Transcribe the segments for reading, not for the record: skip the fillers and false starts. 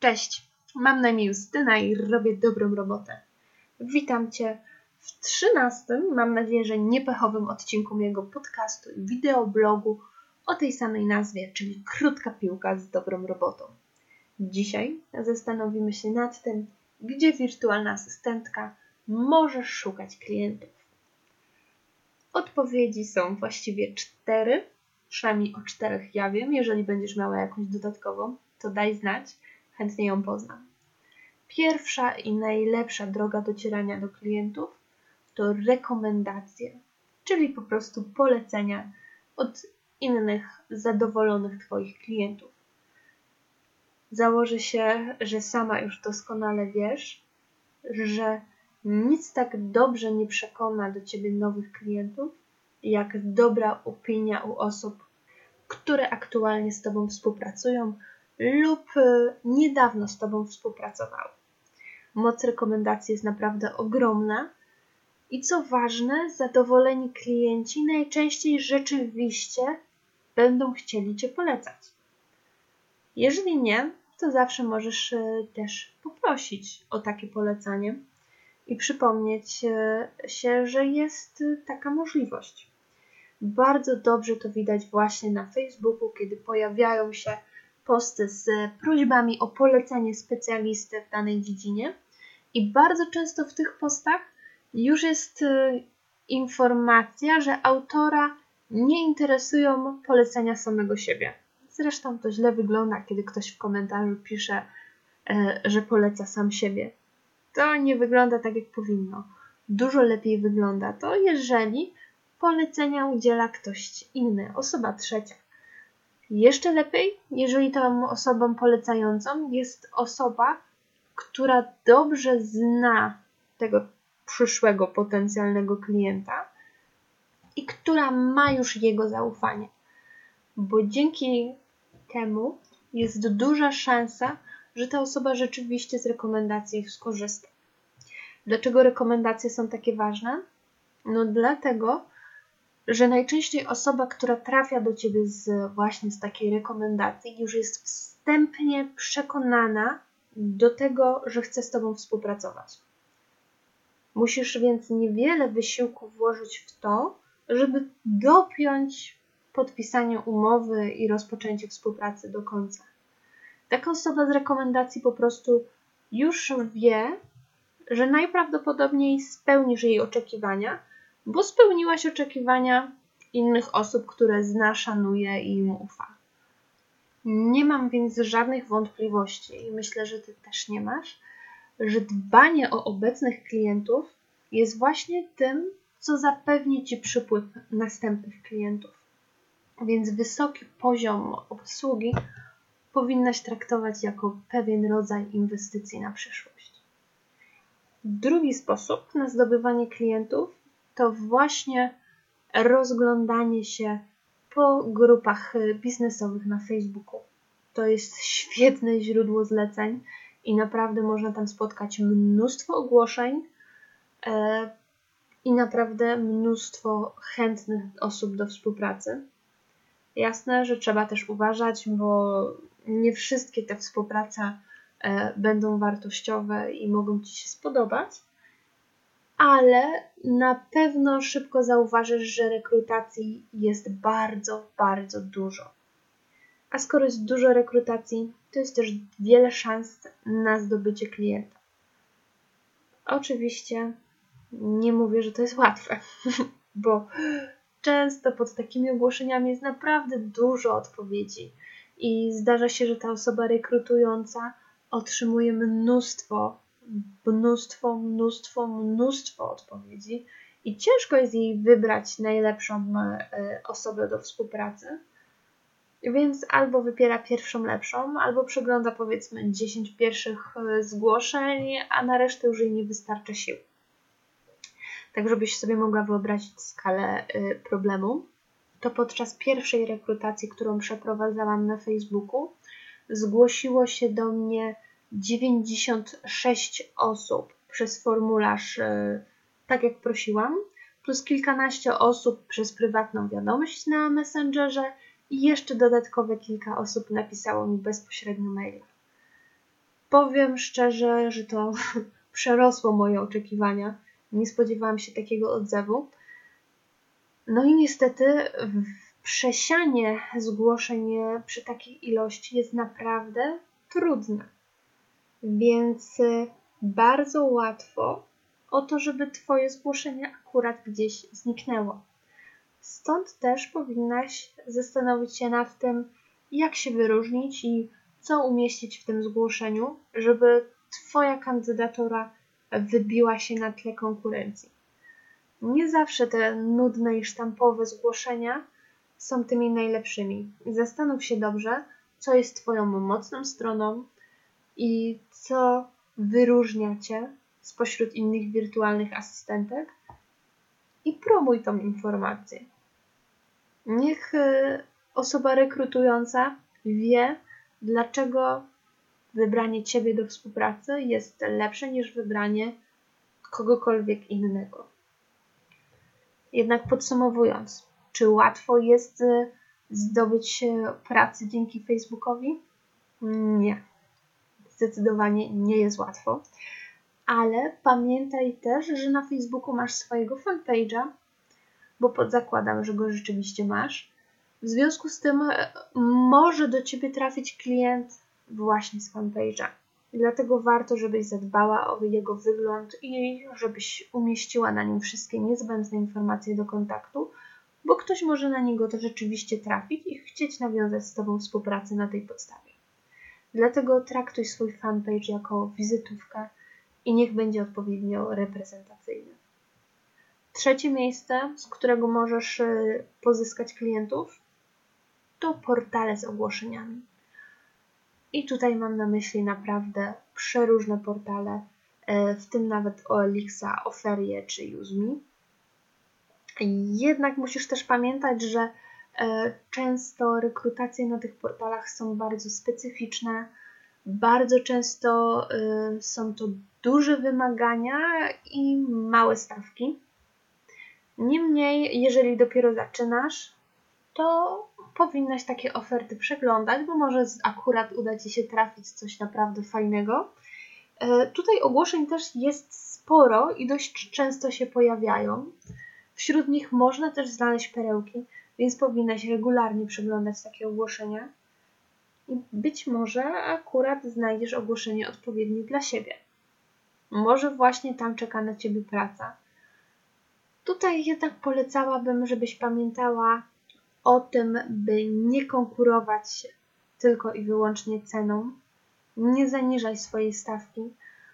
Cześć, mam na imię Justyna i robię dobrą robotę. Witam Cię w 13, mam nadzieję, że niepechowym odcinku mojego podcastu i wideoblogu o tej samej nazwie, czyli Krótka piłka z dobrą robotą. Dzisiaj zastanowimy się nad tym, gdzie wirtualna asystentka może szukać klientów. Odpowiedzi są właściwie 4, przynajmniej o 4 ja wiem. Jeżeli będziesz miała jakąś dodatkową, to daj znać, chętnie ją poznam. Pierwsza i najlepsza droga docierania do klientów to rekomendacje, czyli po prostu polecenia od innych zadowolonych Twoich klientów. Założę się, że sama już doskonale wiesz, że nic tak dobrze nie przekona do Ciebie nowych klientów, jak dobra opinia u osób, które aktualnie z Tobą współpracują lub niedawno z Tobą współpracowały. Moc rekomendacji jest naprawdę ogromna i co ważne, zadowoleni klienci najczęściej rzeczywiście będą chcieli Cię polecać. Jeżeli nie, to zawsze możesz też poprosić o takie polecanie i przypomnieć się, że jest taka możliwość. Bardzo dobrze to widać właśnie na Facebooku, kiedy pojawiają się posty z prośbami o polecenie specjalisty w danej dziedzinie i bardzo często w tych postach już jest informacja, że autora nie interesują polecenia samego siebie. Zresztą to źle wygląda, kiedy ktoś w komentarzu pisze, że poleca sam siebie. To nie wygląda tak, jak powinno. Dużo lepiej wygląda to, jeżeli polecenia udziela ktoś inny, osoba trzecia. Jeszcze lepiej, jeżeli tą osobą polecającą jest osoba, która dobrze zna tego przyszłego potencjalnego klienta i która ma już jego zaufanie. Bo dzięki temu jest duża szansa, że ta osoba rzeczywiście z rekomendacji skorzysta. Dlaczego rekomendacje są takie ważne? No dlatego, że najczęściej osoba, która trafia do Ciebie właśnie z takiej rekomendacji, już jest wstępnie przekonana do tego, że chce z Tobą współpracować. Musisz więc niewiele wysiłku włożyć w to, żeby dopiąć podpisanie umowy i rozpoczęcie współpracy do końca. Taka osoba z rekomendacji po prostu już wie, że najprawdopodobniej spełnisz jej oczekiwania, bo spełniłaś oczekiwania innych osób, które zna, szanuje i im ufa. Nie mam więc żadnych wątpliwości i myślę, że Ty też nie masz, że dbanie o obecnych klientów jest właśnie tym, co zapewni Ci przypływ następnych klientów. Więc wysoki poziom obsługi powinnaś traktować jako pewien rodzaj inwestycji na przyszłość. Drugi sposób na zdobywanie klientów to właśnie rozglądanie się po grupach biznesowych na Facebooku. To jest świetne źródło zleceń i naprawdę można tam spotkać mnóstwo ogłoszeń i naprawdę mnóstwo chętnych osób do współpracy. Jasne, że trzeba też uważać, bo nie wszystkie te współprace będą wartościowe i mogą Ci się spodobać, ale na pewno szybko zauważysz, że rekrutacji jest bardzo, bardzo dużo. A skoro jest dużo rekrutacji, to jest też wiele szans na zdobycie klienta. Oczywiście nie mówię, że to jest łatwe, bo często pod takimi ogłoszeniami jest naprawdę dużo odpowiedzi i zdarza się, że ta osoba rekrutująca otrzymuje mnóstwo odpowiedzi i ciężko jest jej wybrać najlepszą osobę do współpracy. Więc albo wybiera pierwszą lepszą, albo przegląda powiedzmy 10 pierwszych zgłoszeń, a na resztę już jej nie wystarcza sił. Tak, żebyś sobie mogła wyobrazić skalę problemu, to podczas pierwszej rekrutacji, którą przeprowadzałam na Facebooku, zgłosiło się do mnie 96 osób przez formularz, tak jak prosiłam, plus kilkanaście osób przez prywatną wiadomość na Messengerze i jeszcze dodatkowe kilka osób napisało mi bezpośrednio maila. Powiem szczerze, że to przerosło moje oczekiwania. Nie spodziewałam się takiego odzewu. No i niestety przesianie zgłoszeń przy takiej ilości jest naprawdę trudne. Więc bardzo łatwo o to, żeby Twoje zgłoszenie akurat gdzieś zniknęło. Stąd też powinnaś zastanowić się nad tym, jak się wyróżnić i co umieścić w tym zgłoszeniu, żeby Twoja kandydatura wybiła się na tle konkurencji. Nie zawsze te nudne i sztampowe zgłoszenia są tymi najlepszymi. Zastanów się dobrze, co jest Twoją mocną stroną i co wyróżnia Cię spośród innych wirtualnych asystentek i promuj tą informację. Niech osoba rekrutująca wie, dlaczego wybranie Ciebie do współpracy jest lepsze niż wybranie kogokolwiek innego. Jednak podsumowując, czy łatwo jest zdobyć pracę dzięki Facebookowi? Nie. Zdecydowanie nie jest łatwo. Ale pamiętaj też, że na Facebooku masz swojego fanpage'a, bo podzakładam, że go rzeczywiście masz. W związku z tym może do Ciebie trafić klient właśnie z fanpage'a. Dlatego warto, żebyś zadbała o jego wygląd i żebyś umieściła na nim wszystkie niezbędne informacje do kontaktu, bo ktoś może na niego to rzeczywiście trafić i chcieć nawiązać z Tobą współpracę na tej podstawie. Dlatego traktuj swój fanpage jako wizytówkę i niech będzie odpowiednio reprezentacyjny. Trzecie miejsce, z którego możesz pozyskać klientów, to portale z ogłoszeniami. I tutaj mam na myśli naprawdę przeróżne portale, w tym nawet OLX, Oferię czy UseMe. Jednak musisz też pamiętać, że często rekrutacje na tych portalach są bardzo specyficzne. Bardzo często są to duże wymagania i małe stawki. Niemniej, jeżeli dopiero zaczynasz, to powinnaś takie oferty przeglądać, bo może akurat uda Ci się trafić coś naprawdę fajnego. Tutaj ogłoszeń też jest sporo i dość często się pojawiają. Wśród nich można też znaleźć perełki, więc powinnaś regularnie przeglądać takie ogłoszenia. I być może akurat znajdziesz ogłoszenie odpowiednie dla siebie. Może właśnie tam czeka na Ciebie praca. Tutaj jednak polecałabym, żebyś pamiętała o tym, by nie konkurować tylko i wyłącznie ceną. Nie zaniżaj swojej stawki.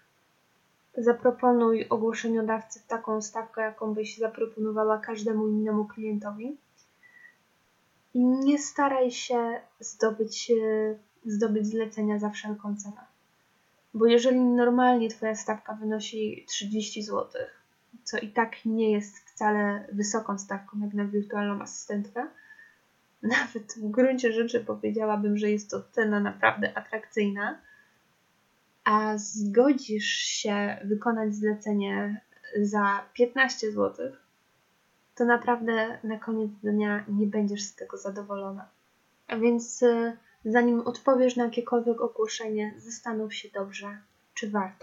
Zaproponuj ogłoszeniodawcy taką stawkę, jaką byś zaproponowała każdemu innemu klientowi. I nie staraj się zdobyć zlecenia za wszelką cenę. Bo jeżeli normalnie Twoja stawka wynosi 30 zł, co i tak nie jest wcale wysoką stawką jak na wirtualną asystentkę, nawet w gruncie rzeczy powiedziałabym, że jest to cena naprawdę atrakcyjna, a zgodzisz się wykonać zlecenie za 15 zł, to naprawdę na koniec dnia nie będziesz z tego zadowolona. A więc zanim odpowiesz na jakiekolwiek ogłoszenie, zastanów się dobrze, czy warto.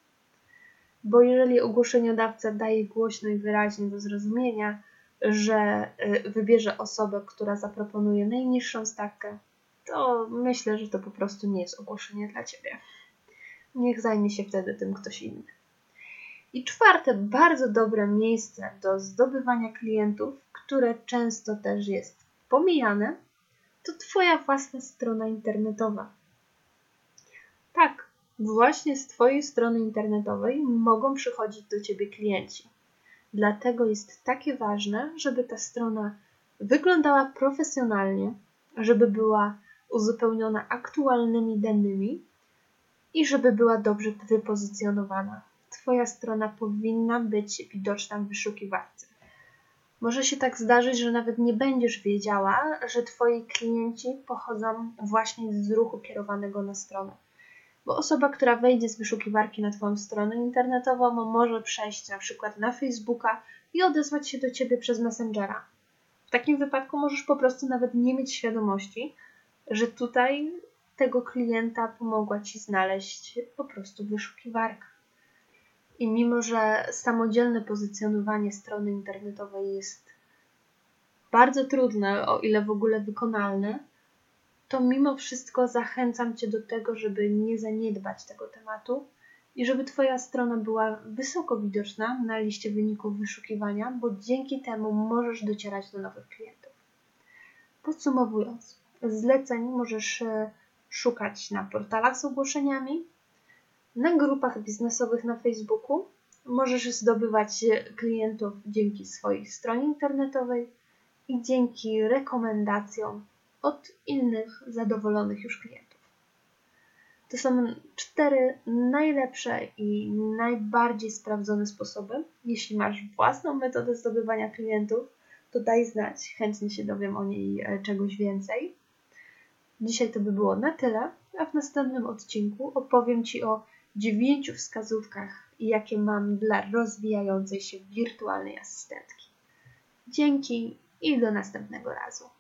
Bo jeżeli ogłoszeniodawca daje głośno i wyraźnie do zrozumienia, że wybierze osobę, która zaproponuje najniższą stawkę, to myślę, że to po prostu nie jest ogłoszenie dla Ciebie. Niech zajmie się wtedy tym ktoś inny. I czwarte, bardzo dobre miejsce do zdobywania klientów, które często też jest pomijane, to Twoja własna strona internetowa. Tak, właśnie z Twojej strony internetowej mogą przychodzić do Ciebie klienci. Dlatego jest takie ważne, żeby ta strona wyglądała profesjonalnie, żeby była uzupełniona aktualnymi danymi i żeby była dobrze wypozycjonowana. Twoja strona powinna być widoczna w wyszukiwarce. Może się tak zdarzyć, że nawet nie będziesz wiedziała, że Twoi klienci pochodzą właśnie z ruchu kierowanego na stronę. Bo osoba, która wejdzie z wyszukiwarki na Twoją stronę internetową, może przejść na przykład na Facebooka i odezwać się do Ciebie przez Messengera. W takim wypadku możesz po prostu nawet nie mieć świadomości, że tutaj tego klienta pomogła Ci znaleźć po prostu wyszukiwarka. I mimo, że samodzielne pozycjonowanie strony internetowej jest bardzo trudne, o ile w ogóle wykonalne, to mimo wszystko zachęcam Cię do tego, żeby nie zaniedbać tego tematu i żeby Twoja strona była wysoko widoczna na liście wyników wyszukiwania, bo dzięki temu możesz docierać do nowych klientów. Podsumowując, zleceń możesz szukać na portalach z ogłoszeniami, na grupach biznesowych na Facebooku, możesz zdobywać klientów dzięki swojej stronie internetowej i dzięki rekomendacjom od innych zadowolonych już klientów. To są 4 najlepsze i najbardziej sprawdzone sposoby. Jeśli masz własną metodę zdobywania klientów, to daj znać, chętnie się dowiem o niej czegoś więcej. Dzisiaj to by było na tyle, a w następnym odcinku opowiem Ci o 9 wskazówkach, jakie mam dla rozwijającej się wirtualnej asystentki. Dzięki i do następnego razu.